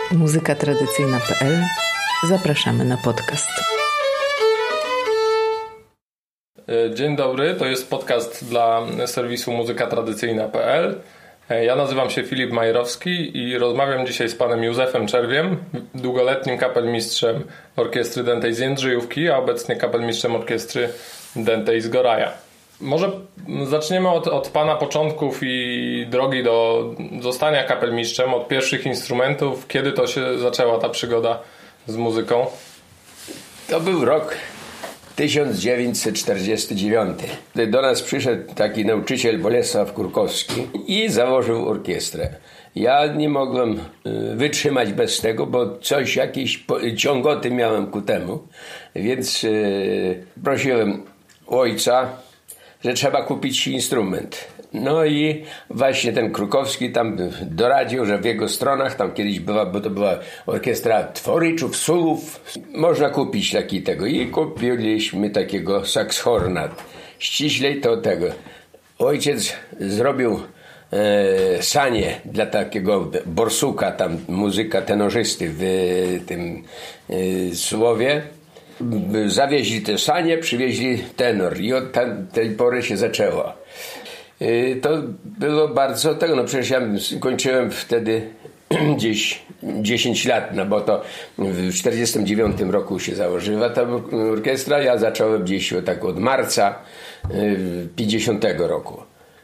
muzykatradycyjna.pl. Zapraszamy na podcast. Dzień dobry, to jest podcast dla serwisu muzykatradycyjna.pl. Ja nazywam się Filip Majrowski i rozmawiam dzisiaj z panem Józefem Czerwiem, długoletnim kapelmistrzem orkiestry Dętej z Jędrzejówki, a obecnie kapelmistrzem orkiestry Dętej z Goraja. Może zaczniemy od pana początków i drogi do zostania kapelmistrzem, od pierwszych instrumentów. Kiedy to się zaczęła ta przygoda z muzyką? To był rok 1949. Do nas przyszedł taki nauczyciel Bolesław Kurkowski i założył orkiestrę. Ja nie mogłem wytrzymać bez tego, bo jakieś ciągoty miałem ku temu, więc prosiłem ojca, że trzeba kupić instrument. No i właśnie ten Krukowski tam doradził, że w jego stronach, tam kiedyś była, bo to była orkiestra Tworyczów, Sulów, można kupić taki tego. I kupiliśmy takiego saxhorna. Ściślej to tego. Ojciec zrobił sanie dla takiego borsuka, tam muzyka tenorzysty w tym Słowie. Zawieźli te sanie, przywieźli tenor i od tej pory się zaczęło. To było bardzo tego, no przecież ja kończyłem wtedy gdzieś 10 lat, no bo to w 49 roku się założyła ta orkiestra, ja zacząłem gdzieś tak od marca 50 roku.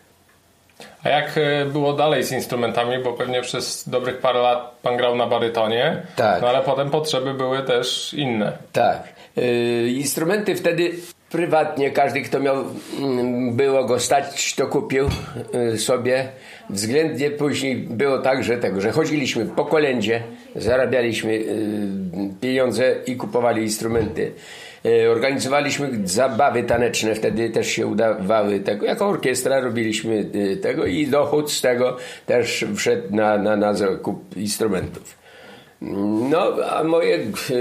A jak było dalej z instrumentami, bo pewnie przez dobrych parę lat pan grał na barytonie, tak. No ale potem potrzeby były też inne. Tak. Instrumenty wtedy prywatnie, każdy kto miał było go stać, to kupił sobie. Względnie później było tak, że chodziliśmy po kolędzie, zarabialiśmy pieniądze i kupowali instrumenty. Organizowaliśmy zabawy taneczne, wtedy też się udawały tego. Jako orkiestra robiliśmy tego i dochód z tego też wszedł na zakup instrumentów. No, a moje...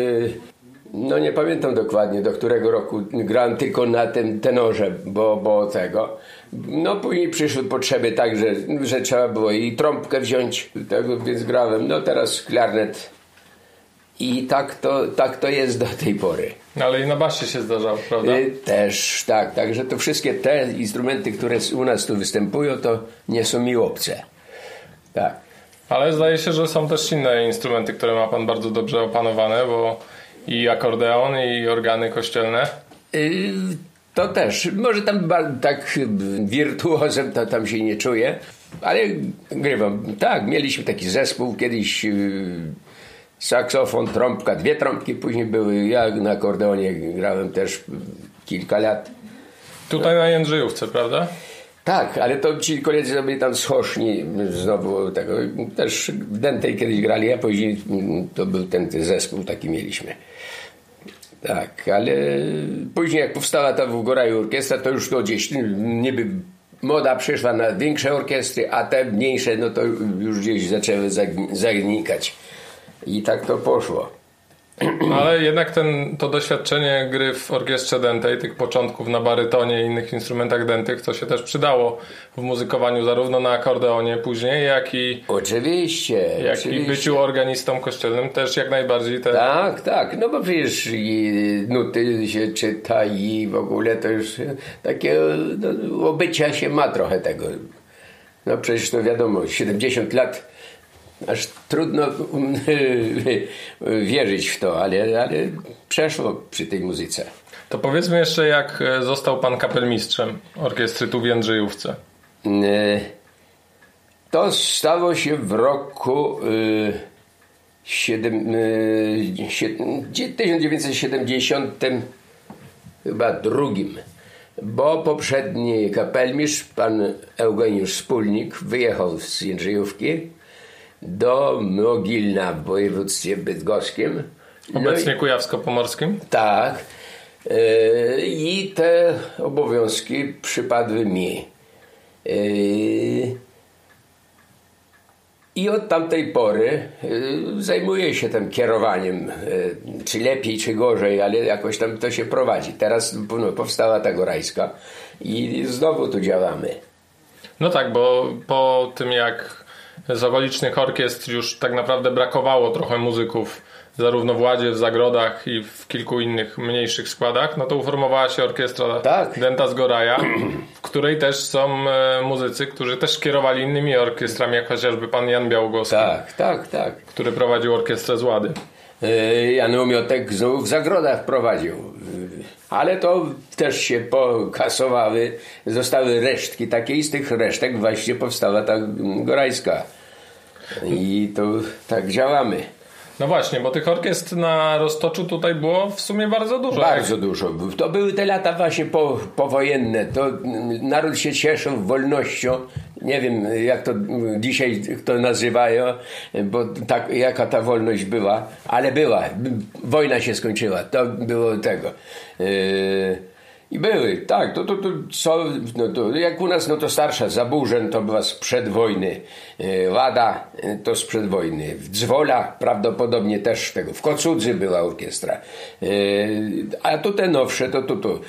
No nie pamiętam dokładnie, do którego roku grałem tylko na tym tenorze, bo tego. No później przyszły potrzeby tak, że trzeba było i trąbkę wziąć, tego, więc grałem. No teraz klarnet. I tak to jest do tej pory. Ale i na basie się zdarzało, prawda? Też, tak. Także to wszystkie te instrumenty, które u nas tu występują, to nie są mi obce. Tak. Ale zdaje się, że są też inne instrumenty, które ma pan bardzo dobrze opanowane, bo i akordeon, i organy kościelne. To też. Może tam tak wirtuozem to tam się nie czuję, ale grywam. Tak, mieliśmy taki zespół kiedyś, saksofon, trąbka, 2 trąbki później były. Ja na akordeonie grałem też kilka lat. Tutaj na Jędrzejówce, prawda? Tak, ale to ci koledzy sobie tam z Choszni znowu tego, też w Dętej kiedyś grali, a później to był ten zespół taki mieliśmy. Tak, ale później jak powstała ta w Goraju orkiestra, to już to gdzieś niby moda przeszła na większe orkiestry, a te mniejsze no to już gdzieś zaczęły zanikać. I tak to poszło. Ale jednak to doświadczenie gry w orkiestrze dętej, tych początków na barytonie i innych instrumentach dętych, to się też przydało w muzykowaniu zarówno na akordeonie później, jak i byciu organistą kościelnym też jak najbardziej. Tak, no bo przecież i nuty się czyta i w ogóle to już takie obycia się ma trochę tego. No przecież to wiadomo, 70 lat aż trudno wierzyć w to, ale przeszło przy tej muzyce. To powiedzmy jeszcze, jak został pan kapelmistrzem orkiestry tu w Jędrzejówce. To stało się w roku 1970 chyba drugim, bo poprzedni kapelmistrz, pan Eugeniusz Wspólnik, wyjechał z Jędrzejówki do Mogilna w województwie bydgoskim. Obecnie kujawsko-pomorskim? Tak. I te obowiązki przypadły mi. I od tamtej pory zajmuję się tym kierowaniem, czy lepiej, czy gorzej, ale jakoś tam to się prowadzi. Teraz powstała ta Gorajska i znowu tu działamy. No tak, bo po tym jak z okolicznych orkiestr już tak naprawdę brakowało trochę muzyków, zarówno w Ładzie, w Zagrodach i w kilku innych mniejszych składach, no to uformowała się orkiestra Denta Zgoraja, w której też są muzycy, którzy też kierowali innymi orkiestrami, jak chociażby pan Jan Białogowski, Tak. który prowadził orkiestrę z Łady. Jan Umiotek znowu w Zagrodach prowadził. Ale to też się pokasowały, zostały resztki takie i z tych resztek właśnie powstała ta Gorajska. I to tak działamy. No właśnie, bo tych orkiestr na Roztoczu tutaj było w sumie bardzo dużo. Bardzo dużo. To były te lata właśnie powojenne. To naród się cieszył wolnością. Nie wiem, jak to dzisiaj to nazywają, bo tak, jaka ta wolność była, ale była. Wojna się skończyła. To było tego. I były, tak, to jak u nas, no to starsza Zaburzeń to była sprzed wojny, Łada to sprzed wojny, w Dzwola prawdopodobnie też tego, w Kocudzy była orkiestra, a tu te nowsze to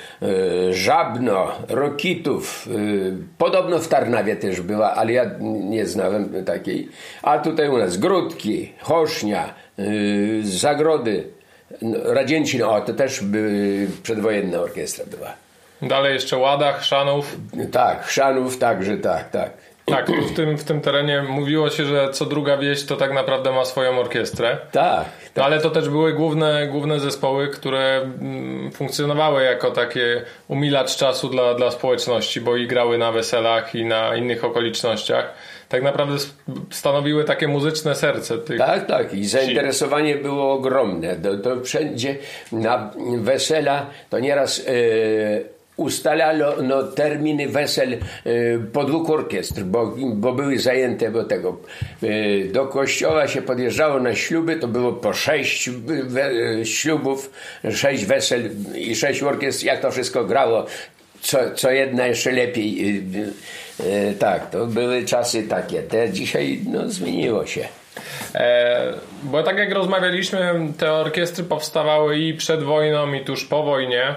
Żabno, Rokitów, podobno w Tarnawie też była, ale ja nie znałem takiej, a tutaj u nas Gródki, Chosznia, Zagrody, Radzięcin, to też przedwojenna orkiestra była. Dalej jeszcze Łada, Chrzanów. Tak, Chrzanów także, tak. Tak, tu w tym terenie mówiło się, że co druga wieś to tak naprawdę ma swoją orkiestrę. Tak. No, ale to też były główne zespoły, które funkcjonowały jako takie umilacz czasu dla społeczności, bo i grały na weselach i na innych okolicznościach. Tak naprawdę stanowiły takie muzyczne serce tych. Tak. I zainteresowanie było ogromne. To wszędzie na wesela to nieraz ustalano terminy wesel po dwóch orkiestr, bo były zajęte do tego. Do kościoła się podjeżdżało na śluby, to było po 6 ślubów, 6 wesel i 6 orkiestr, jak to wszystko grało. Co jedna jeszcze lepiej. Tak, to były czasy takie. Te dzisiaj zmieniło się. Bo tak jak rozmawialiśmy, te orkiestry powstawały i przed wojną, i tuż po wojnie.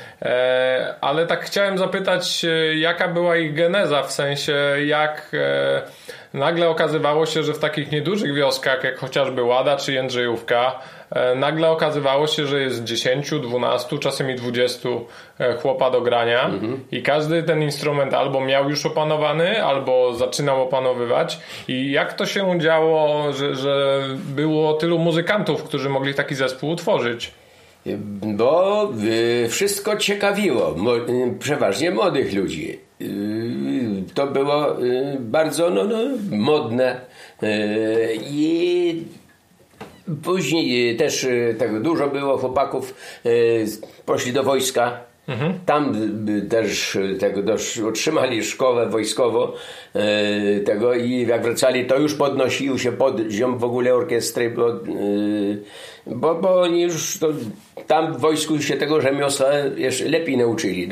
Ale tak chciałem zapytać, jaka była ich geneza, w sensie jak nagle okazywało się, że w takich niedużych wioskach, jak chociażby Łada czy Jędrzejówka, nagle okazywało się, że jest 10, 12, czasem i 20 chłopa do grania i każdy ten instrument albo miał już opanowany, albo zaczynał opanowywać. I jak to się działo, że było tylu muzykantów, którzy mogli taki zespół utworzyć? Bo wszystko ciekawiło, przeważnie młodych ludzi. To było bardzo modne i później też tego dużo było chłopaków, poszli do wojska. Tam też otrzymali szkołę wojskową tego i jak wracali, to już podnosił się poziom w ogóle orkiestry, bo oni już tam w wojsku się tego rzemiosła jeszcze lepiej nauczyli,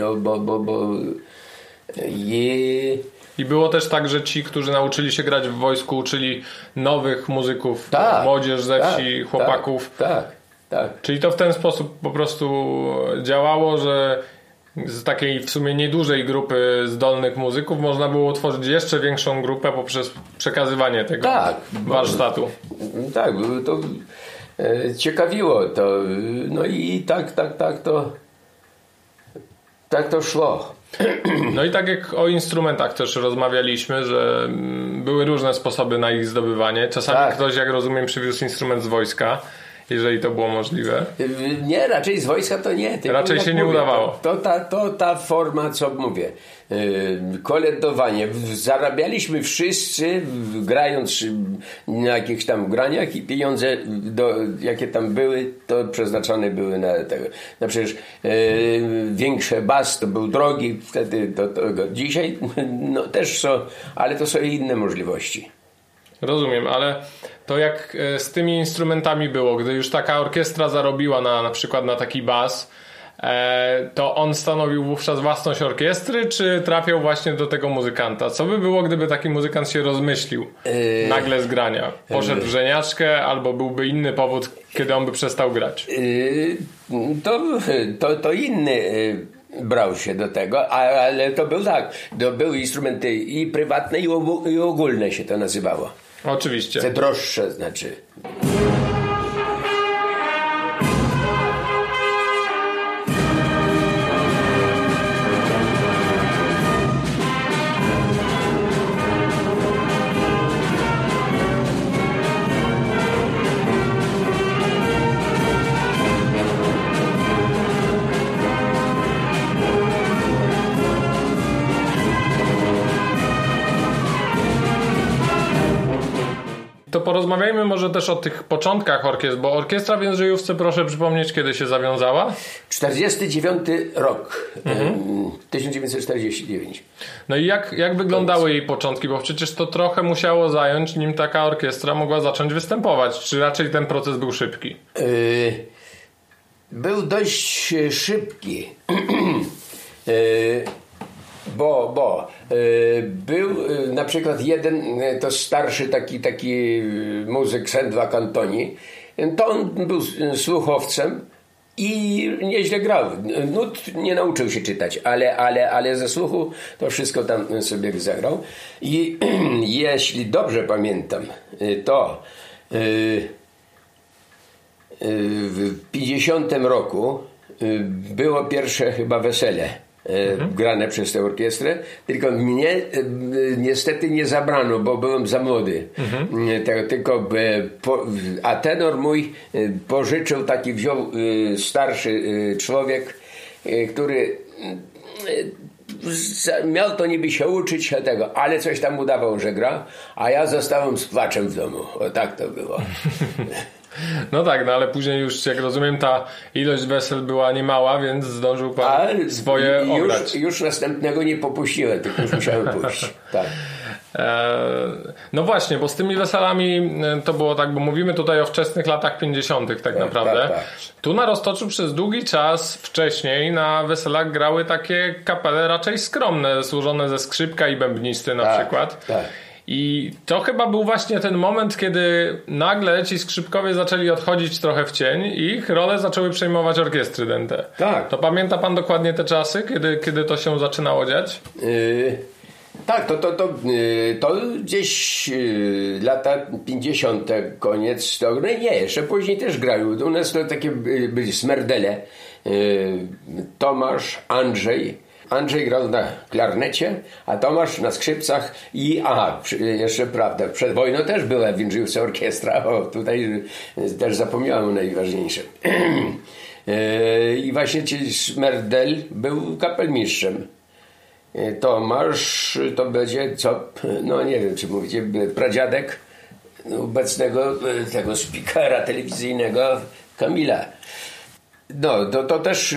I było też tak, że ci, którzy nauczyli się grać w wojsku, uczyli nowych muzyków, młodzież ze wsi, chłopaków. Tak. Czyli to w ten sposób po prostu działało, że z takiej w sumie niedużej grupy zdolnych muzyków można było utworzyć jeszcze większą grupę poprzez przekazywanie tego warsztatu. Tak, to ciekawiło to. No i tak to szło. No i tak jak o instrumentach też rozmawialiśmy, że były różne sposoby na ich zdobywanie. Czasami ktoś, jak rozumiem, przywiózł instrument z wojska, jeżeli to było możliwe. Nie, raczej z wojska to nie. Raczej się nie udawało. To ta forma, co mówię, kolędowanie. Zarabialiśmy wszyscy, grając na jakichś tam graniach i pieniądze, jakie tam były, to przeznaczone były na tego. No przecież większe bas to był drogi wtedy. Dzisiaj też są, ale to są inne możliwości. Rozumiem, ale to jak z tymi instrumentami było, gdy już taka orkiestra zarobiła na przykład na taki bas, to on stanowił wówczas własność orkiestry, czy trafiał właśnie do tego muzykanta? Co by było, gdyby taki muzykant się rozmyślił nagle z grania? Poszedł w żeniaczkę, albo byłby inny powód, kiedy on by przestał grać? To inny brał się do tego, ale to był tak, to były instrumenty i prywatne i ogólne się to nazywało. Oczywiście. Te droższe znaczy. To porozmawiajmy może też o tych początkach orkiestr, bo orkiestra w Jędrzejówce, proszę przypomnieć, kiedy się zawiązała? 49 rok. 1949. No i jak wyglądały jej początki? Bo przecież to trochę musiało zająć, nim taka orkiestra mogła zacząć występować. Czy raczej ten proces był szybki? Był dość szybki. Bo był na przykład jeden, to starszy taki muzyk Sędwa Cantoni, to on był słuchowcem i nieźle grał. Nut nie nauczył się czytać, ale ze słuchu to wszystko tam sobie zagrał. I jeśli dobrze pamiętam, to w 50 roku było pierwsze chyba wesele grane przez tę orkiestrę, tylko mnie niestety nie zabrano, bo byłem za młody. A tenor mój pożyczył, wziął starszy człowiek, który miał to niby się uczyć tego, ale coś tam udawał, że gra, a ja zostałem z płaczem w domu. O tak to było. No tak, ale później już, jak rozumiem, ta ilość wesel była niemała, więc zdążył pan swoje ograć. Już następnego nie popuściłem, tylko już musiałem pójść. Tak. No właśnie, bo z tymi weselami to było tak, bo mówimy tutaj o wczesnych latach 50. tak naprawdę. Tak. Tu na Roztoczu przez długi czas wcześniej na weselach grały takie kapele raczej skromne, służone ze skrzypka i bębnisty na przykład. Tak. I to chyba był właśnie ten moment, kiedy nagle ci skrzypkowie zaczęli odchodzić trochę w cień i ich role zaczęły przejmować orkiestry dęte. Tak. To pamięta pan dokładnie te czasy, kiedy to się zaczynało dziać? Tak, to gdzieś lata 50. koniec. No nie, jeszcze później też grają. U nas to takie byli smerdele. Tomasz, Andrzej grał na klarnecie, a Tomasz na skrzypcach i jeszcze prawda, przed wojną też była w Jędrzejówce orkiestra, tutaj też zapomniałem o najważniejszym. I właśnie Smerdel był kapelmistrzem. Tomasz to będzie no nie wiem czy mówicie, pradziadek obecnego tego speakera telewizyjnego Kamila. No, to też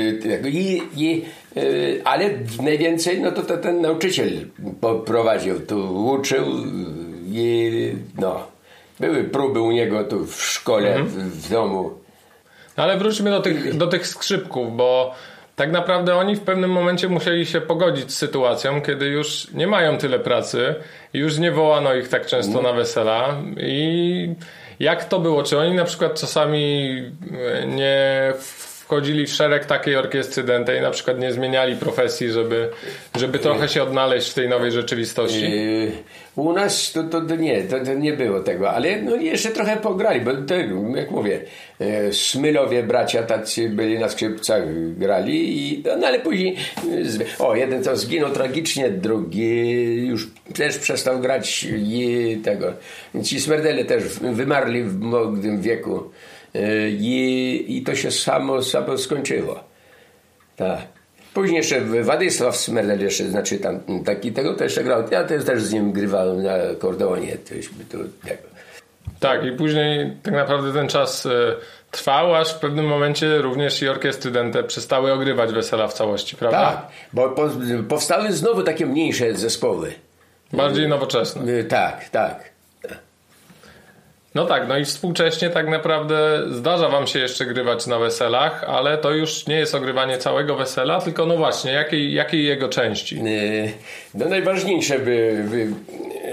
ale najwięcej to ten nauczyciel prowadził, tu uczył i były próby u niego tu w szkole, w domu. Ale wróćmy do tych skrzypków, bo tak naprawdę oni w pewnym momencie musieli się pogodzić z sytuacją, kiedy już nie mają tyle pracy, już nie wołano ich tak często na wesela. I jak to było? Czy oni na przykład czasami nie wchodzili w szereg takiej orkiestry dętej, na przykład nie zmieniali profesji, żeby trochę się odnaleźć w tej nowej rzeczywistości? U nas to nie było tego, ale jeszcze trochę pograli, bo jak mówię, Smylowie bracia tacy byli na skrzypcach, grali ale później jeden to zginął tragicznie, drugi już też przestał grać i tego. Ci Smerdele też wymarli w młodym wieku. I to się samo skończyło. Tak. Później jeszcze Władysław Smerdel jeszcze, znaczy tam taki tego też jeszcze grał. Ja też z nim grywałem na akordeonie. Tak, i później tak naprawdę ten czas trwał, aż w pewnym momencie również i orkiestry dęte przestały ogrywać wesela w całości, prawda? Tak, bo powstały znowu takie mniejsze zespoły. Bardziej nowoczesne. Tak. No tak, no i współcześnie tak naprawdę zdarza wam się jeszcze grywać na weselach, ale to już nie jest ogrywanie całego wesela, tylko no właśnie, jakiej jego części? No najważniejsze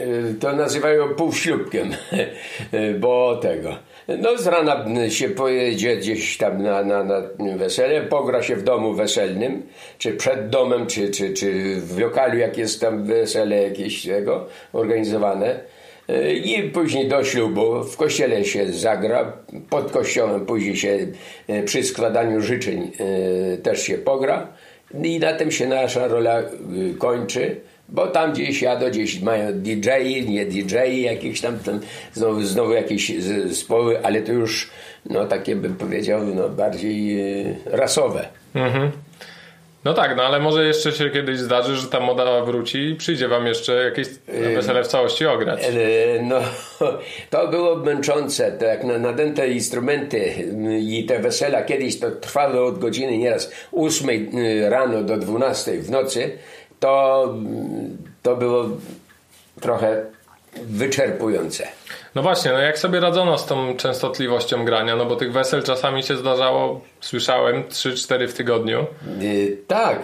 to nazywają półślubkiem, bo tego. No z rana się pojedzie gdzieś tam na wesele, pogra się w domu weselnym, czy przed domem, czy w lokalu, jak jest tam wesele jakieś tego organizowane. I później do ślubu w kościele się zagra, pod kościołem później się przy składaniu życzeń też się pogra i na tym się nasza rola kończy, bo tam gdzieś jadą, gdzieś mają DJ-i, nie DJ-i, jakieś tam znowu jakieś zespoły, ale to już no takie bym powiedział no bardziej rasowe. Mhm. No tak, no ale może jeszcze się kiedyś zdarzy, że ta moda wróci i przyjdzie wam jeszcze jakieś wesele w całości ograć. No, to było męczące, to jak nadęte instrumenty i te wesela kiedyś to trwały od godziny nieraz 8 rano do 12 w nocy, to było trochę wyczerpujące. No właśnie, no jak sobie radzono z tą częstotliwością grania, no bo tych wesel czasami się zdarzało, słyszałem, 3-4 w tygodniu. Tak,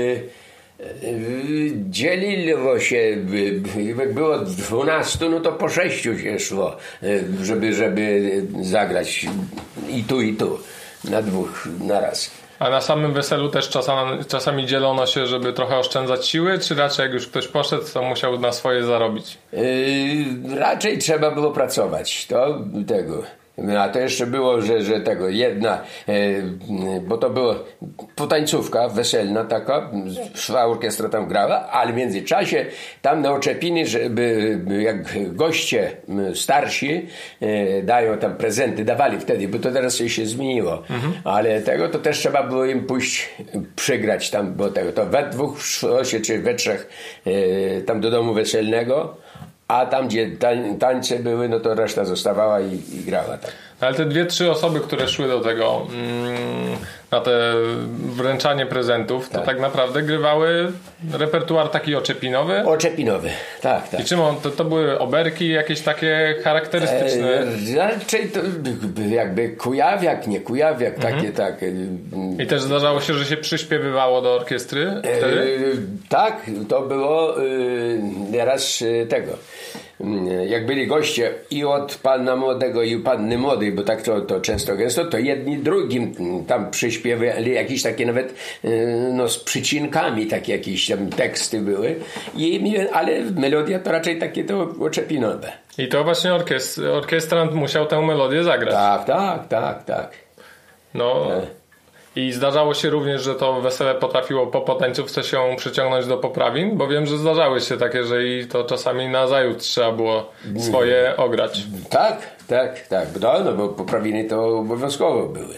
dzieliło się, jak było 12, no to po 6 się szło, żeby zagrać i tu, na 2 naraz. A na samym weselu też czasami dzielono się, żeby trochę oszczędzać siły, czy raczej jak już ktoś poszedł, to musiał na swoje zarobić? Raczej trzeba było pracować. A to jeszcze było, że tego jedna, bo to była potańcówka weselna taka, szła orkiestra tam grała, ale w międzyczasie tam na oczepiny, żeby jak goście starsi dają tam prezenty, dawali wtedy, bo to teraz się zmieniło, ale to też trzeba było im pójść przygrać tam, bo to we 2 szło się, czy we 3 tam do domu weselnego, a tam gdzie tańce były, no to reszta zostawała i grała tak. Ale te 2-3 osoby, które szły do tego na te wręczanie prezentów, to tak naprawdę grywały repertuar taki oczepinowy? Oczepinowy, tak. I czym to były oberki jakieś takie charakterystyczne? Raczej to jakby kujawiak, nie kujawiak, takie tak. I też zdarzało się, że się przyśpiewywało do orkiestry wtedy? Tak, to było nieraz tego. Jak byli goście i od pana młodego i panny młodej, bo tak to często gęsto, to jedni drugim tam przyśpiewali jakieś takie nawet no, z przycinkami, takie jakieś tam teksty były, ale melodia to raczej takie to oczepinowe. I to właśnie orkiestrant musiał tę melodię zagrać. Tak. No... I zdarzało się również, że to wesele potrafiło po potańcówce się przyciągnąć do poprawin, bo wiem, że zdarzały się takie, że i to czasami nazajutrz trzeba było swoje ograć. Tak. No bo poprawiny to obowiązkowo były.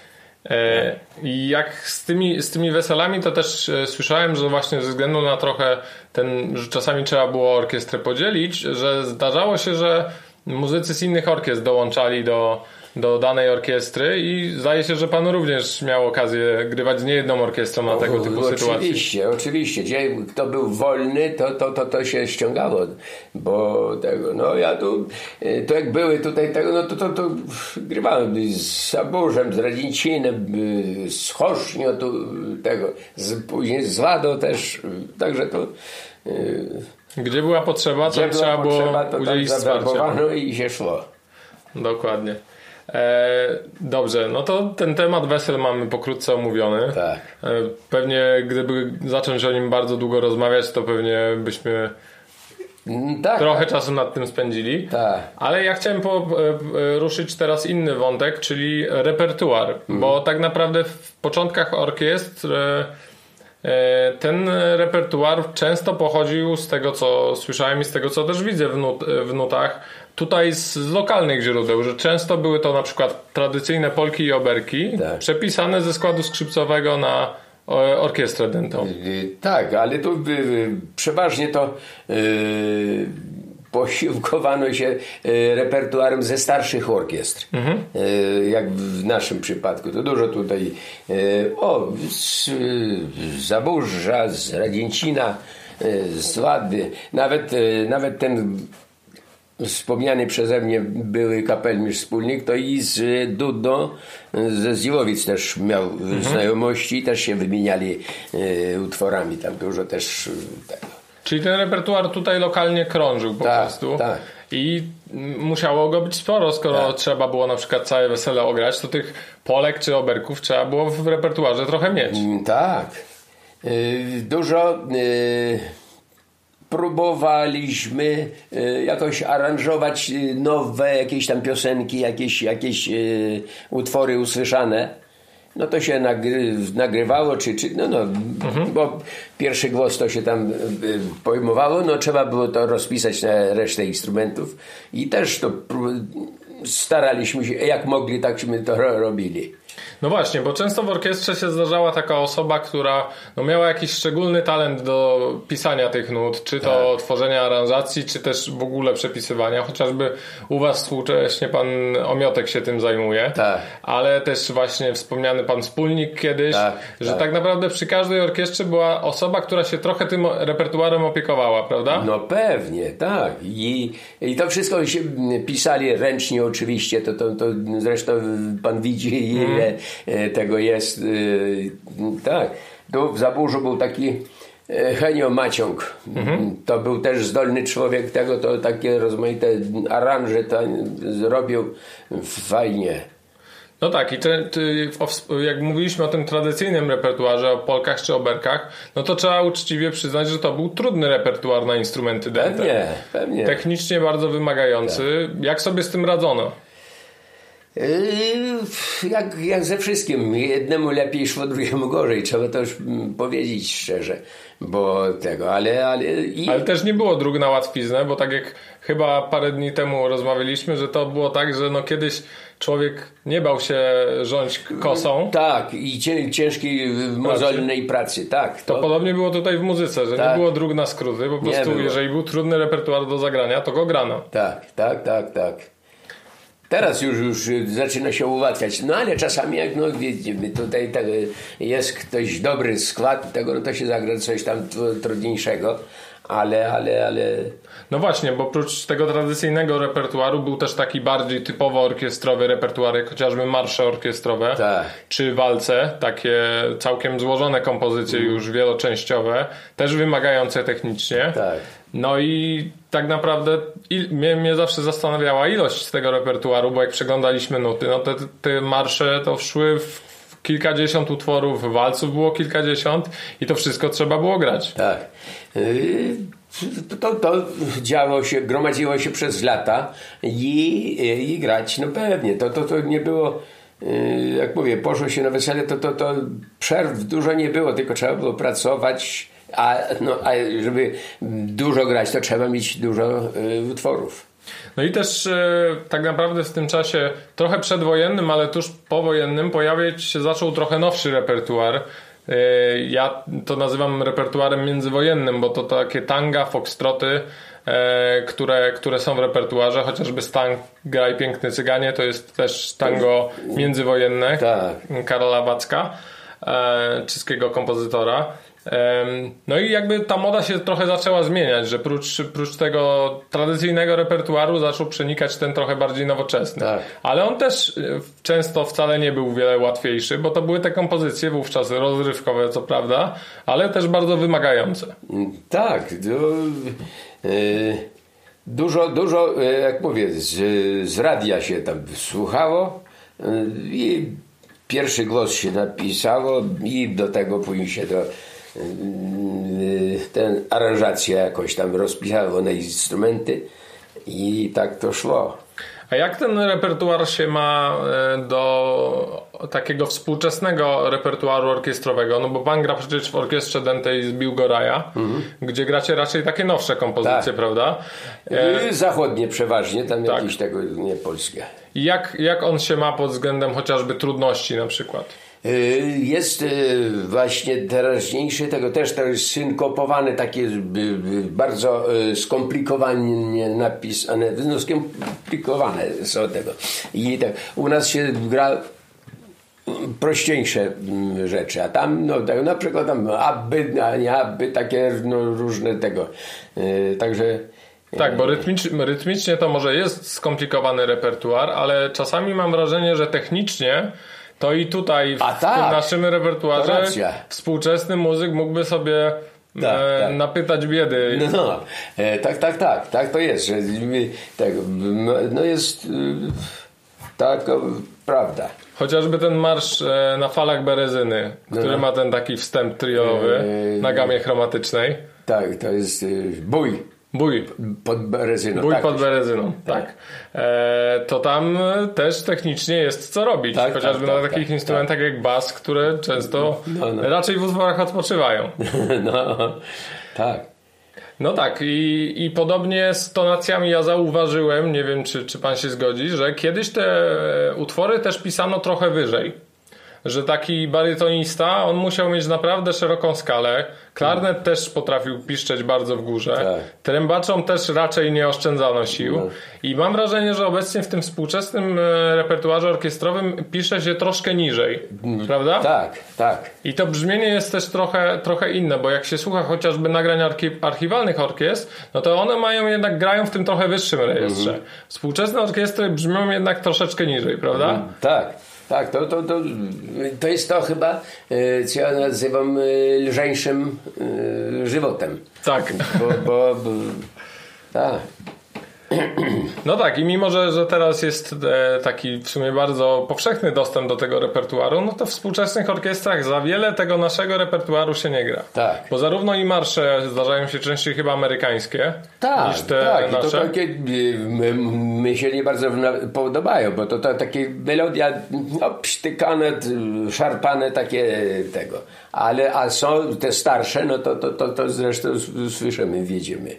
I jak z tymi weselami, to też słyszałem, że właśnie ze względu na trochę że czasami trzeba było orkiestrę podzielić, że zdarzało się, że muzycy z innych orkiestr dołączali do danej orkiestry i zdaje się, że pan również miał okazję grywać z niejedną orkiestrą na tego typu sytuacji. Oczywiście. Gdzie kto był wolny, to się ściągało, bo no ja to jak były tutaj no to grywałem z Zaburzem, z Radzincinem, z Chosznią, później z Ładą też, także to... Gdzie była potrzeba, to trzeba było udzielić wsparcia. I się szło. Dokładnie. Dobrze, no to ten temat wesel mamy pokrótce omówiony. Tak. Pewnie gdyby zacząć o nim bardzo długo rozmawiać, to pewnie byśmy trochę czasu nad tym spędzili. Tak. Ale ja chciałem ruszyć teraz inny wątek, czyli repertuar. Bo tak naprawdę w początkach orkiestr ten repertuar często pochodził z tego, co słyszałem i z tego, co też widzę w nutach, tutaj z lokalnych źródeł, że często były to na przykład tradycyjne polki i oberki, przepisane ze składu skrzypcowego na orkiestrę dętą. Tak, ale tu przeważnie to posiłkowano się repertuarem ze starszych orkiestr. Jak w naszym przypadku. To dużo tutaj z Zaburza, z Radzięcina, z Łady. Nawet ten wspomniany przeze mnie były kapelmistrz wspólnik, to i z Dudą ze Zdziłowic też miał znajomości, też się wymieniali utworami. Tam dużo też tego. Czyli ten repertuar tutaj lokalnie krążył po prostu. Tak. I musiało go być sporo, skoro trzeba było na przykład całe wesele ograć, to tych polek czy oberków trzeba było w repertuarze trochę mieć. Tak. Dużo próbowaliśmy jakoś aranżować nowe jakieś tam piosenki, jakieś utwory usłyszane. No to się nagrywało, bo pierwszy głos to się tam pojmowało, no trzeba było to rozpisać na resztę instrumentów i też to staraliśmy się, jak mogli, takśmy to robili. No właśnie, bo często w orkiestrze się zdarzała taka osoba, która miała jakiś szczególny talent do pisania tych nut, czy to tworzenia aranżacji, czy też w ogóle przepisywania. Chociażby u was współcześnie pan Omiotek się tym zajmuje, ale też właśnie wspomniany pan Wspólnik kiedyś, że tak naprawdę przy każdej orkiestrze była osoba, która się trochę tym repertuarem opiekowała, prawda? No pewnie, tak. I to wszystko się pisali ręcznie oczywiście, to zresztą pan widzi, ile tego jest. Tak. Tu w Zaburzu był taki Henio Maciąg. To był też zdolny człowiek tego, to takie rozmaite aranże zrobił fajnie. No tak, i jak mówiliśmy o tym tradycyjnym repertuarze, o polkach czy oberkach, no to trzeba uczciwie przyznać, że to był trudny repertuar na instrumenty dęte. Pewnie. Technicznie bardzo wymagający. Tak. Jak sobie z tym radzono? Jak ze wszystkim. Jednemu lepiej szło, drugiemu gorzej. Trzeba to już powiedzieć szczerze. Ale też nie było dróg na łatwiznę, bo tak jak chyba parę dni temu rozmawialiśmy, że to było tak, że kiedyś człowiek nie bał się rządź kosą. Tak, i ciężkiej, mozolnej pracy. Tak, to podobnie było tutaj w muzyce, że nie było dróg na skróty. Po prostu jeżeli był trudny repertuar do zagrania, to go grano. Tak. Teraz już zaczyna się ułatwiać. No ale czasami jak widzimy, tutaj jest ktoś dobry skład tego, to się zagra coś tam trudniejszego. Ale... No właśnie, bo oprócz tego tradycyjnego repertuaru był też taki bardziej typowo orkiestrowy repertuar, jak chociażby marsze orkiestrowe, czy walce, takie całkiem złożone kompozycje już wieloczęściowe, też wymagające technicznie. Tak. No i tak naprawdę mnie zawsze zastanawiała ilość tego repertuaru, bo jak przeglądaliśmy nuty, no te marsze to szły w kilkadziesiąt utworów, walców było kilkadziesiąt i to wszystko trzeba było grać. Tak. To działo się, gromadziło się przez lata i grać, no pewnie. To nie było, jak mówię, poszło się na wesele, to przerw dużo nie było, tylko trzeba było pracować, a żeby dużo grać, to trzeba mieć dużo utworów. No i też tak naprawdę w tym czasie trochę przedwojennym, ale tuż powojennym pojawiać się zaczął trochę nowszy repertuar. Ja to nazywam repertuarem międzywojennym, bo to takie tanga, foxtroty, które są w repertuarze, chociażby Stang Graj Piękny Cyganie, to jest też tango międzywojenne Karola Wacka, czeskiego kompozytora. No i jakby ta moda się trochę zaczęła zmieniać, że prócz tego tradycyjnego repertuaru zaczął przenikać ten trochę bardziej nowoczesny. Ale on też często wcale nie był wiele łatwiejszy, bo to były te kompozycje wówczas rozrywkowe, co prawda, ale też bardzo wymagające. Tak, dużo, jak mówię, z radia się tam słuchało i pierwszy głos się napisało i do tego później się ten aranżacja jakoś tam rozpisało na instrumenty i tak to szło. A jak ten repertuar się ma do takiego współczesnego repertuaru orkiestrowego? No bo pan gra przecież w orkiestrze dętej z Biłgoraja, gdzie gracie raczej takie nowsze kompozycje, prawda? Zachodnie przeważnie, tam jakieś tego nie polskie. I jak on się ma pod względem chociażby trudności na przykład? Jest właśnie teraźniejszy, tego też to jest synkopowane, takie bardzo skomplikowanie napisane, no skomplikowane są tego. I tak, u nas się gra prościejsze rzeczy, a tam na przykład tam abby, a nie abby, takie różne tego. Także tak, bo rytmicznie to może jest skomplikowany repertuar, ale czasami mam wrażenie, że technicznie to i tutaj w tym naszym repertuarze współczesny muzyk mógłby sobie Tak. napytać biedy. Tak to jest, że no jest tak, prawda. Chociażby ten marsz na falach Berezyny, który ma ten taki wstęp triowy na gamie chromatycznej. Tak, to jest Bój pod Berezyną. Bój pod Berezyną, tak. To tam też technicznie jest co robić. Chociażby na takich instrumentach jak bas, które często raczej w utworach odpoczywają. Tak. No tak, i podobnie z tonacjami ja zauważyłem, nie wiem czy pan się zgodzi, że kiedyś te utwory też pisano trochę wyżej. Że taki barytonista, on musiał mieć naprawdę szeroką skalę. Klarnet też potrafił piszczeć bardzo w górze. Tak. Trębaczom też raczej nie oszczędzano sił. I mam wrażenie, że obecnie w tym współczesnym repertuarze orkiestrowym pisze się troszkę niżej. Prawda? Tak. I to brzmienie jest też trochę inne, bo jak się słucha chociażby nagrań archiwalnych orkiestr, no to one grają w tym trochę wyższym rejestrze. Współczesne orkiestry brzmią jednak troszeczkę niżej, prawda? Tak, to jest to chyba, co ja nazywam lżejszym żywotem. Tak. Bo tak. No tak, i mimo, że teraz jest taki w sumie bardzo powszechny dostęp do tego repertuaru, no to w współczesnych orkiestrach za wiele tego naszego repertuaru się nie gra. Tak. Bo zarówno i marsze zdarzają się częściej chyba amerykańskie niż te nasze. I to takie mi się nie bardzo podobają, bo to takie melodia obsztykane, szarpane takie tego. A są te starsze, no to zresztą słyszymy, widzimy.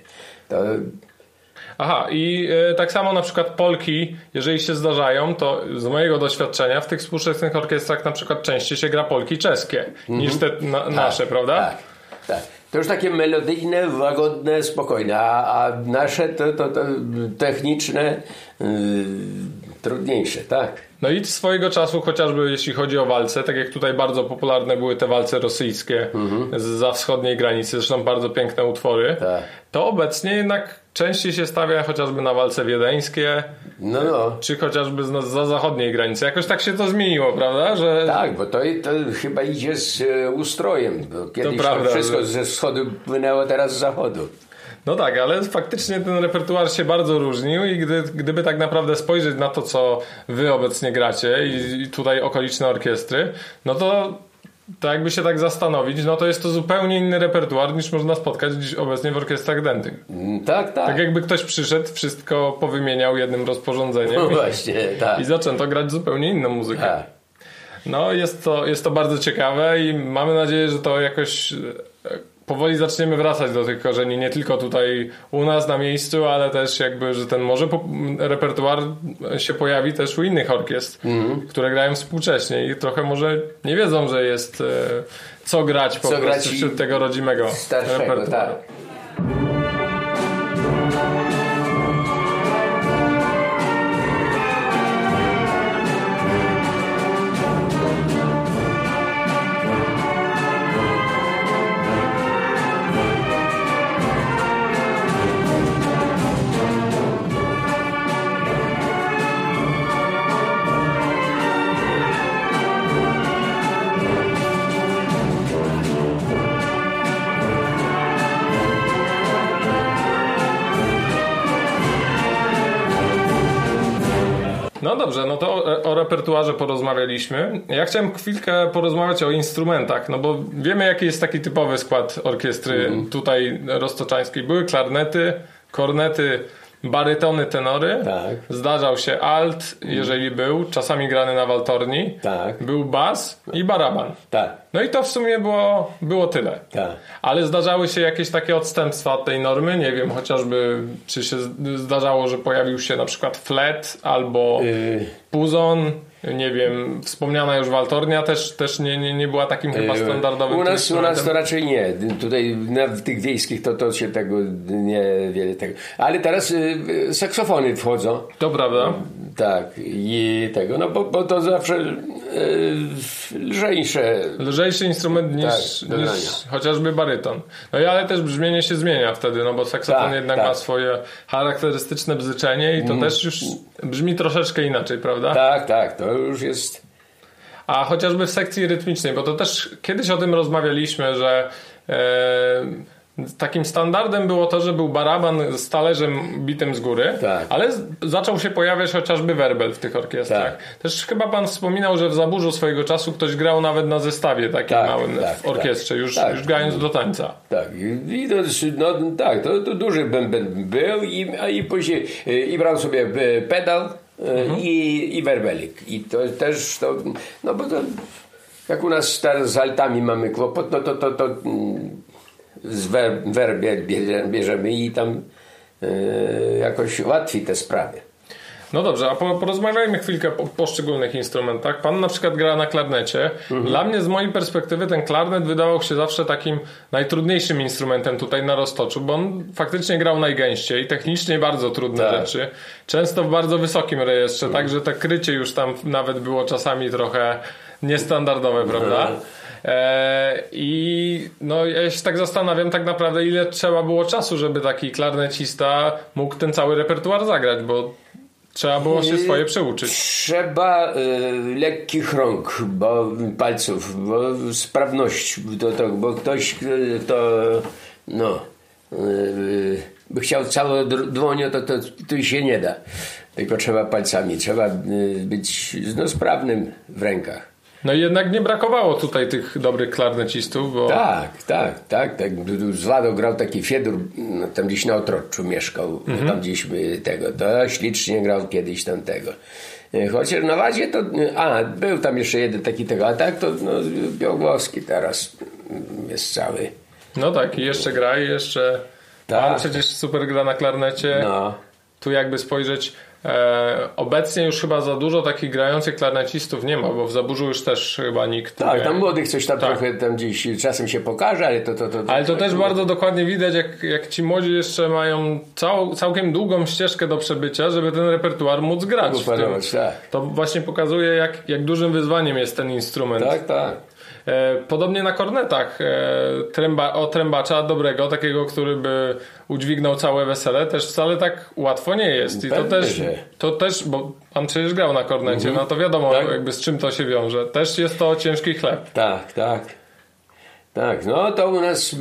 Aha, i tak samo na przykład polki, jeżeli się zdarzają, to z mojego doświadczenia w tych współczesnych orkiestrach na przykład częściej się gra polki czeskie niż te nasze, prawda? Tak. To już takie melodyjne, łagodne, spokojne, a nasze to techniczne, trudniejsze, tak. No i swojego czasu, chociażby jeśli chodzi o walce, tak jak tutaj bardzo popularne były te walce rosyjskie zza wschodniej granicy, zresztą bardzo piękne utwory, to obecnie jednak częściej się stawia chociażby na walce wiedeńskie, czy chociażby za zachodniej granicy. Jakoś tak się to zmieniło, prawda? Że... Tak, bo to chyba idzie z ustrojem. Bo kiedyś to prawda, wszystko ze wschodu płynęło, teraz z zachodu. No tak, ale faktycznie ten repertuar się bardzo różnił i gdyby tak naprawdę spojrzeć na to, co wy obecnie gracie i tutaj okoliczne orkiestry, no to jakby się tak zastanowić, no to jest to zupełnie inny repertuar niż można spotkać dziś obecnie w orkiestrach dętych. Tak. Tak jakby ktoś przyszedł, wszystko powymieniał jednym rozporządzeniem i zaczęto grać zupełnie inną muzykę. Tak. No jest to bardzo ciekawe i mamy nadzieję, że to jakoś powoli zaczniemy wracać do tych korzeni, nie tylko tutaj u nas na miejscu, ale też jakby, że ten może repertuar się pojawi też u innych orkiestr, które grają współcześnie i trochę może nie wiedzą, że jest co grać po prostu wśród tego rodzimego repertuaru. Tak. No dobrze, no to o repertuarze porozmawialiśmy. Ja chciałem chwilkę porozmawiać o instrumentach, no bo wiemy, jaki jest taki typowy skład orkiestry tutaj roztoczańskiej. Były klarnety, kornety, barytony, tenory. Tak. Zdarzał się alt, jeżeli był, czasami grany na waltorni. Tak. Był bas i baraban. Tak. No i to w sumie było tyle. Tak. Ale zdarzały się jakieś takie odstępstwa od tej normy? Nie wiem, chociażby czy się zdarzało, że pojawił się na przykład flet albo puzon. Nie wiem, wspomniana już waltornia też nie była takim chyba standardowym u nas to raczej nie. Tutaj w tych wiejskich to się tego niewiele tego. Ale teraz saksofony wchodzą. To prawda. Tak. I tego, no bo to zawsze lżejszy instrument niż chociażby baryton. No i ale też brzmienie się zmienia wtedy, no bo saksofon jednak ma swoje charakterystyczne bzyczenie i to też już brzmi troszeczkę inaczej, prawda? Tak, to już jest. A chociażby w sekcji rytmicznej, bo to też kiedyś o tym rozmawialiśmy, że takim standardem było to, że był baraban z talerzem bitym z góry, tak. ale zaczął się pojawiać chociażby werbel w tych orkiestrach. Tak. Też chyba pan wspominał, że w Zaburzu swojego czasu ktoś grał nawet na zestawie takim małym w orkiestrze, już grając do tańca. Tak, i to duży bęben był i później i brał sobie pedał i werbelik. I to też, no bo to jak u nas teraz z altami mamy kłopot, no to z werbie bierzemy i tam jakoś łatwiej te sprawy. No dobrze, a porozmawiajmy chwilkę o poszczególnych instrumentach. Pan na przykład gra na klarnecie. Dla mnie z mojej perspektywy ten klarnet wydawał się zawsze takim najtrudniejszym instrumentem tutaj na Roztoczu, bo on faktycznie grał najgęściej, technicznie bardzo trudne rzeczy. Często w bardzo wysokim rejestrze, tak, że to krycie już tam nawet było czasami trochę niestandardowe, prawda? I no ja się tak zastanawiam tak naprawdę, ile trzeba było czasu, żeby taki klarnecista mógł ten cały repertuar zagrać, bo trzeba było się swoje przeuczyć. Trzeba lekkich rąk, palców, bo sprawność bo ktoś, kto by chciał całą dłonią, to się nie da. Tylko trzeba palcami, trzeba być sprawnym w rękach. No i jednak nie brakowało tutaj tych dobrych klarnecistów, bo... Tak. Z Wado grał taki Fiedur, tam gdzieś na Otroczu mieszkał, tam gdzieś to ślicznie grał kiedyś tamtego. Chociaż na Wadzie to... był tam jeszcze jeden taki a tak to Białogłowski teraz jest cały. No tak, i jeszcze gra, i jeszcze... Pan przecież super gra na klarnecie. No. Tu jakby spojrzeć... obecnie już chyba za dużo takich grających klarnecistów nie ma, bo w Zaburzu już też chyba nikt tak, nie... tam młodych coś tam trochę tam gdzieś czasem się pokaże, ale ale to też bardzo dokładnie widać, jak ci młodzi jeszcze mają całkiem długą ścieżkę do przebycia, żeby ten repertuar móc grać w tym. To właśnie pokazuje, jak dużym wyzwaniem jest ten instrument. Tak. Podobnie na kornetach trębacza dobrego, takiego, który by udźwignął całe wesele, też wcale tak łatwo nie jest. I to też, bo pan przecież grał na kornecie, no to wiadomo jakby z czym to się wiąże. Też jest to ciężki chleb. Tak, no to u nas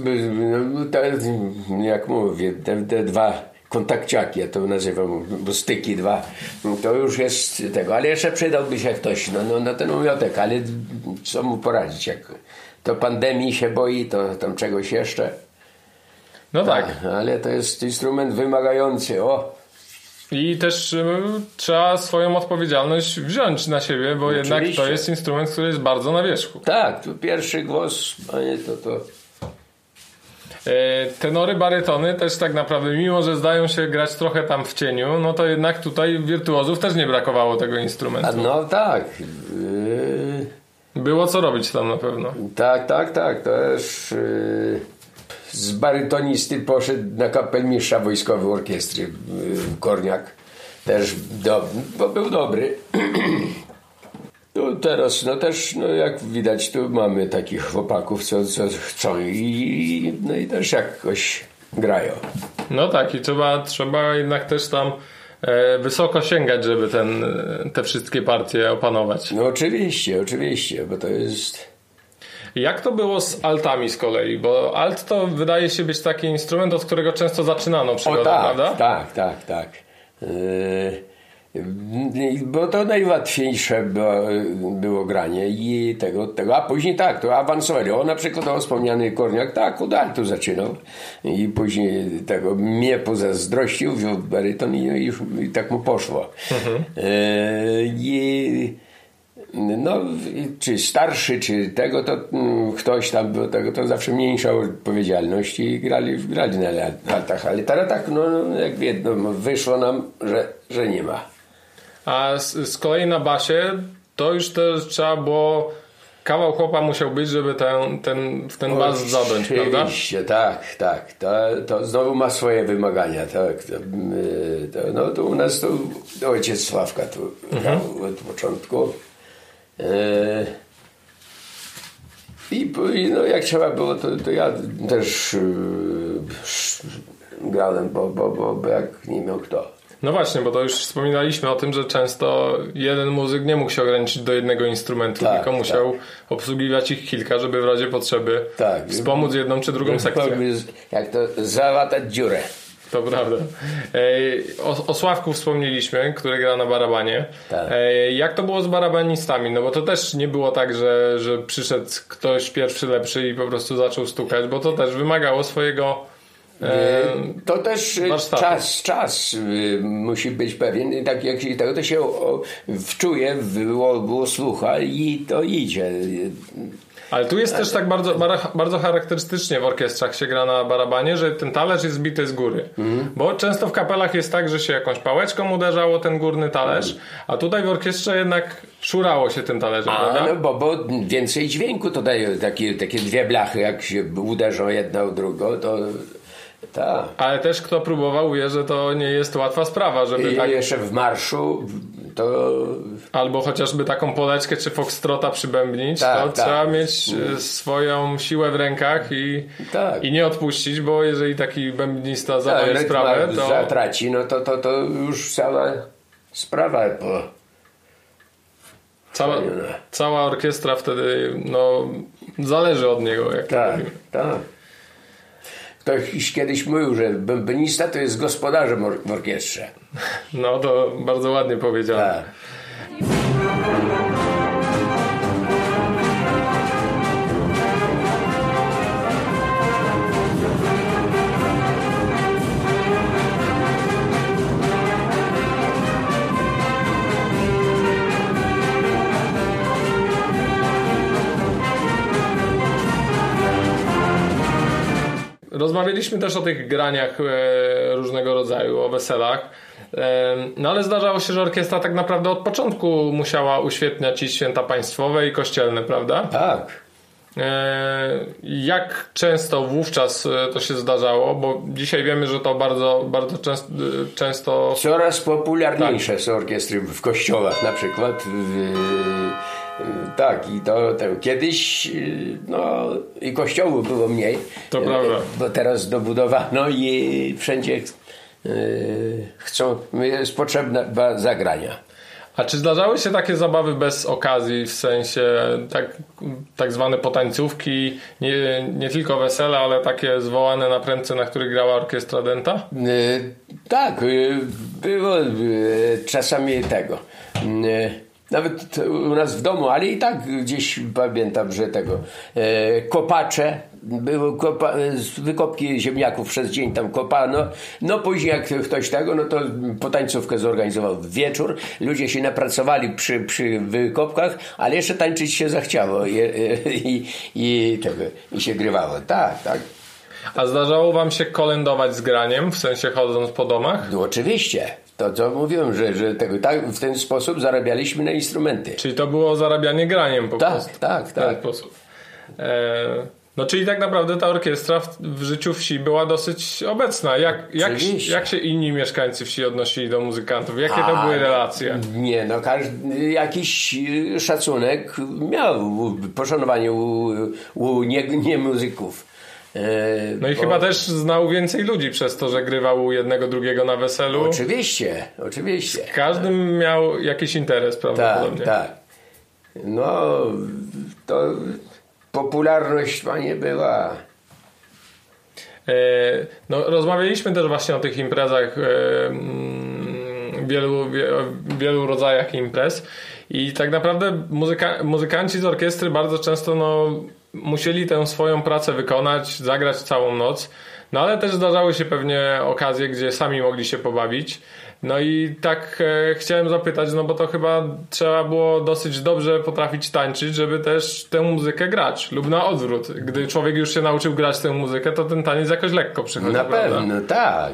jak mówię, te dwa kontakciaki, ja to nazywam, bo styki dwa, to już jest tego, ale jeszcze przydałby się ktoś na ten umiotek, ale co mu poradzić, jak to pandemii się boi, to tam czegoś jeszcze. No tak. Ale to jest instrument wymagający, I też trzeba swoją odpowiedzialność wziąć na siebie, bo oczywiście. Jednak to jest instrument, który jest bardzo na wierzchu. Tak, tu pierwszy głos, panie, to... Tenory, barytony też tak naprawdę, mimo że zdają się grać trochę tam w cieniu, no to jednak tutaj wirtuozów też nie brakowało tego instrumentu. No tak. Było co robić tam na pewno. Tak. Też z barytonisty poszedł na kapelmistrza wojskowej orkiestry Korniak. Też bo był dobry. Teraz, jak widać, tu mamy takich chłopaków, co chcą i też jakoś grają. No tak, i trzeba jednak też tam wysoko sięgać, żeby te wszystkie partie opanować. No oczywiście, bo to jest... Jak to było z altami z kolei? Bo alt to wydaje się być taki instrument, od którego często zaczynano przygodę, prawda? Tak. Bo to najłatwiejsze było granie i tego, a później to awansowali. Na przykład wspomniany Korniak od altu zaczynał i później mnie pozazdrościł, wziął baryton i tak mu poszło. Czy starszy, czy to ktoś tam był to zawsze mniejsza odpowiedzialność i grali na altach, ale teraz jak wiedzą, wyszło nam, że nie ma. A z kolei na basie to już też trzeba było, kawał chłopa musiał być, żeby w ten bas zadąć, prawda? Oczywiście, tak. To znowu ma swoje wymagania, tak. To u nas ojciec Sławka tu grał od początku. I jak trzeba było, to ja też grałem, bo jak nie miał kto. No właśnie, bo to już wspominaliśmy o tym, że często jeden muzyk nie mógł się ograniczyć do jednego instrumentu, tylko musiał obsługiwać ich kilka, żeby w razie potrzeby wspomóc jedną czy drugą sekcję. Jak to załatać dziurę. To prawda. O Sławku wspomnieliśmy, który gra na barabanie. Tak. Jak to było z barabanistami? No bo to też nie było tak, że przyszedł ktoś pierwszy lepszy i po prostu zaczął stukać, bo to też wymagało swojego to też warsztatu. czas musi być pewien. Tak jak się tego to się wczuje, było słucha i to idzie. Ale tu jest też tak bardzo charakterystycznie w orkiestrach się gra na barabanie, że ten talerz jest zbity z góry. Bo często w kapelach jest tak, że się jakąś pałeczką uderzało ten górny talerz, a tutaj w orkiestrze jednak szurało się tym talerzem, prawda? No bo więcej dźwięku to daje takie dwie blachy, jak się uderzą jedna o drugą, to tak. Ale też kto próbował wie, że to nie jest łatwa sprawa, żeby tak... jeszcze w marszu to... Albo chociażby taką poleczkę czy foxtrota przybębnić, to trzeba mieć swoją siłę w rękach i nie odpuścić, bo jeżeli taki bębnista zawali sprawę, to... zatraci, no to już cała sprawa Cała orkiestra wtedy zależy od niego, jak to mówimy. Tak. Ktoś kiedyś mówił, że bębenista to jest gospodarzem w orkiestrze. No to bardzo ładnie powiedziane. Tak. Rozmawialiśmy też o tych graniach różnego rodzaju, o weselach. No ale zdarzało się, że orkiestra tak naprawdę od początku musiała uświetniać i święta państwowe i kościelne, prawda? Tak. Jak często wówczas to się zdarzało? Bo dzisiaj wiemy, że to bardzo, bardzo często... Coraz popularniejsze są orkiestry w kościołach na przykład. Tak, i to kiedyś i kościołów było mniej. To prawda. Bo teraz dobudowano i wszędzie jest potrzebna zagrania. A czy zdarzały się takie zabawy bez okazji, w sensie tak zwane potańcówki, nie tylko wesele, ale takie zwołane na prędce, na których grała orkiestra Denta? Tak, było czasami tego. Nawet u nas w domu, ale i tak gdzieś pamiętam, że kopacze, były wykopki ziemniaków przez dzień tam kopano, no później jak ktoś to potańcówkę zorganizował w wieczór, ludzie się napracowali przy wykopkach, ale jeszcze tańczyć się zachciało i się grywało, tak. A zdarzało wam się kolędować z graniem, w sensie chodząc po domach? No oczywiście. To mówiłem, że w ten sposób zarabialiśmy na instrumenty. Czyli to było zarabianie graniem po prostu. Tak. W ten sposób. No czyli tak naprawdę ta orkiestra w życiu wsi była dosyć obecna. Jak się inni mieszkańcy wsi odnosili do muzykantów? Jakie to były relacje? Nie, każdy jakiś szacunek miał, poszanowanie u nie muzyków. No i chyba też znał więcej ludzi przez to, że grywał u jednego, drugiego na weselu. Oczywiście. Każdym miał jakiś interes prawdopodobnie. Tak. No, to popularność panie była. No, rozmawialiśmy też właśnie o tych imprezach, wielu rodzajach imprez i tak naprawdę muzykanci z orkiestry bardzo często musieli tę swoją pracę wykonać, zagrać całą noc, no ale też zdarzały się pewnie okazje, gdzie sami mogli się pobawić. No i tak chciałem zapytać, bo to chyba trzeba było dosyć dobrze potrafić tańczyć, żeby też tę muzykę grać, lub na odwrót. Gdy człowiek już się nauczył grać tę muzykę, to ten taniec jakoś lekko przychodzi, na prawda? pewno, tak.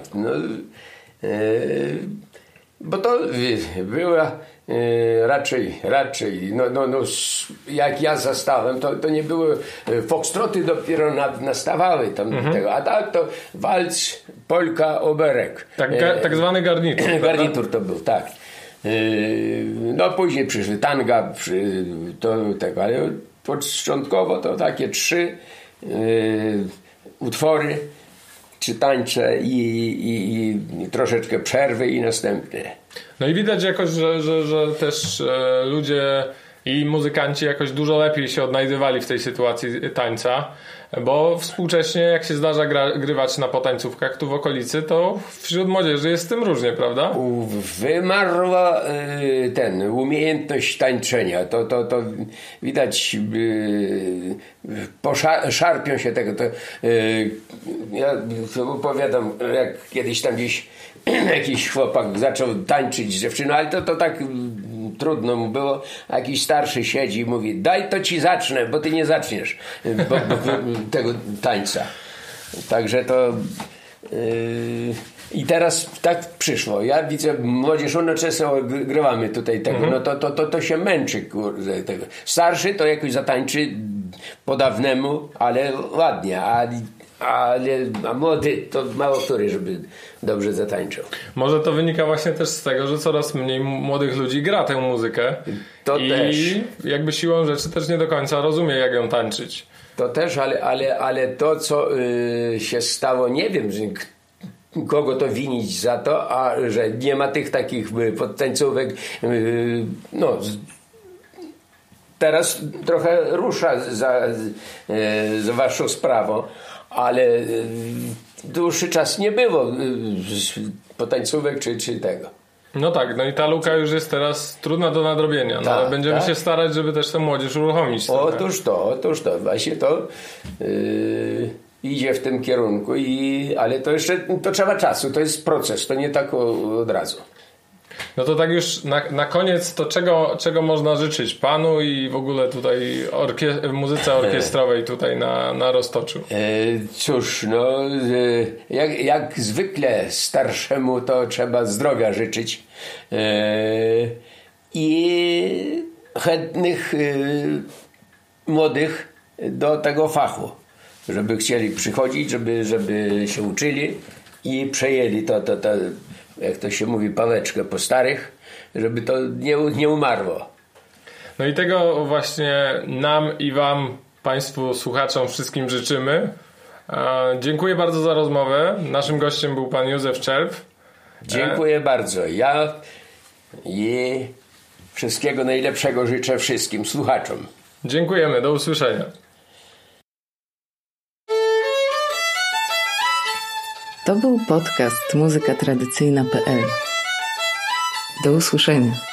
Bo to była raczej jak ja zastałem, to nie były foxtroty, dopiero nastawały tam tego, a tak to walc, polka, oberek. Tak zwany garnitur. Garnitur to był, tak. No później przyszły tanga, ale początkowo to takie 3 utwory. 3 tańce i troszeczkę przerwy i następne. No i widać jakoś, że też ludzie i muzykanci jakoś dużo lepiej się odnajdywali w tej sytuacji tańca, bo współcześnie jak się zdarza grywać na potańcówkach tu w okolicy, to wśród młodzieży jest z tym różnie, prawda? Wymarła umiejętność tańczenia. To widać, szarpią się tego. Ja opowiadam, jak kiedyś tam gdzieś jakiś chłopak zaczął tańczyć z dziewczyną, ale to tak trudno mu było. A jakiś starszy siedzi i mówi: daj to ci zacznę, bo ty nie zaczniesz tego tańca. Także to i teraz tak przyszło. Ja widzę młodzież, no często grywamy tutaj tego, no to się męczy, kurde, tego. Starszy to jakoś zatańczy po dawnemu, ale ładnie, a młody to mało który, żeby dobrze zatańczył. Może to wynika właśnie też z tego, że coraz mniej młodych ludzi gra tę muzykę. To i też. Jakby siłą rzeczy też nie do końca rozumie, jak ją tańczyć. To też, ale to, co się stało, nie wiem, że kogo to winić za to, a że nie ma tych takich podtańcówek, no teraz trochę rusza za waszą sprawą, ale dłuższy czas nie było potańcówek czy tego. No tak, no i ta luka już jest teraz trudna do nadrobienia, no, ale będziemy się starać, żeby też tę młodzież uruchomić. Otóż to, właśnie to idzie w tym kierunku, ale to jeszcze to trzeba czasu, to jest proces, to nie tak od razu. No to tak już na koniec, to czego można życzyć panu i w ogóle tutaj muzyce orkiestrowej tutaj na Roztoczu? Cóż, no jak zwykle starszemu to trzeba zdrowia życzyć i chętnych młodych do tego fachu, żeby chcieli przychodzić, żeby się uczyli i przejęli to jak to się mówi, pałeczkę po starych, żeby to nie umarło. No i tego właśnie nam i wam, państwu słuchaczom, wszystkim życzymy. Dziękuję bardzo za rozmowę. Naszym gościem był pan Józef Czerw. Dziękuję bardzo. Ja i wszystkiego najlepszego życzę wszystkim słuchaczom. Dziękujemy. Do usłyszenia. To był podcast muzykatradycyjna.pl. Do usłyszenia.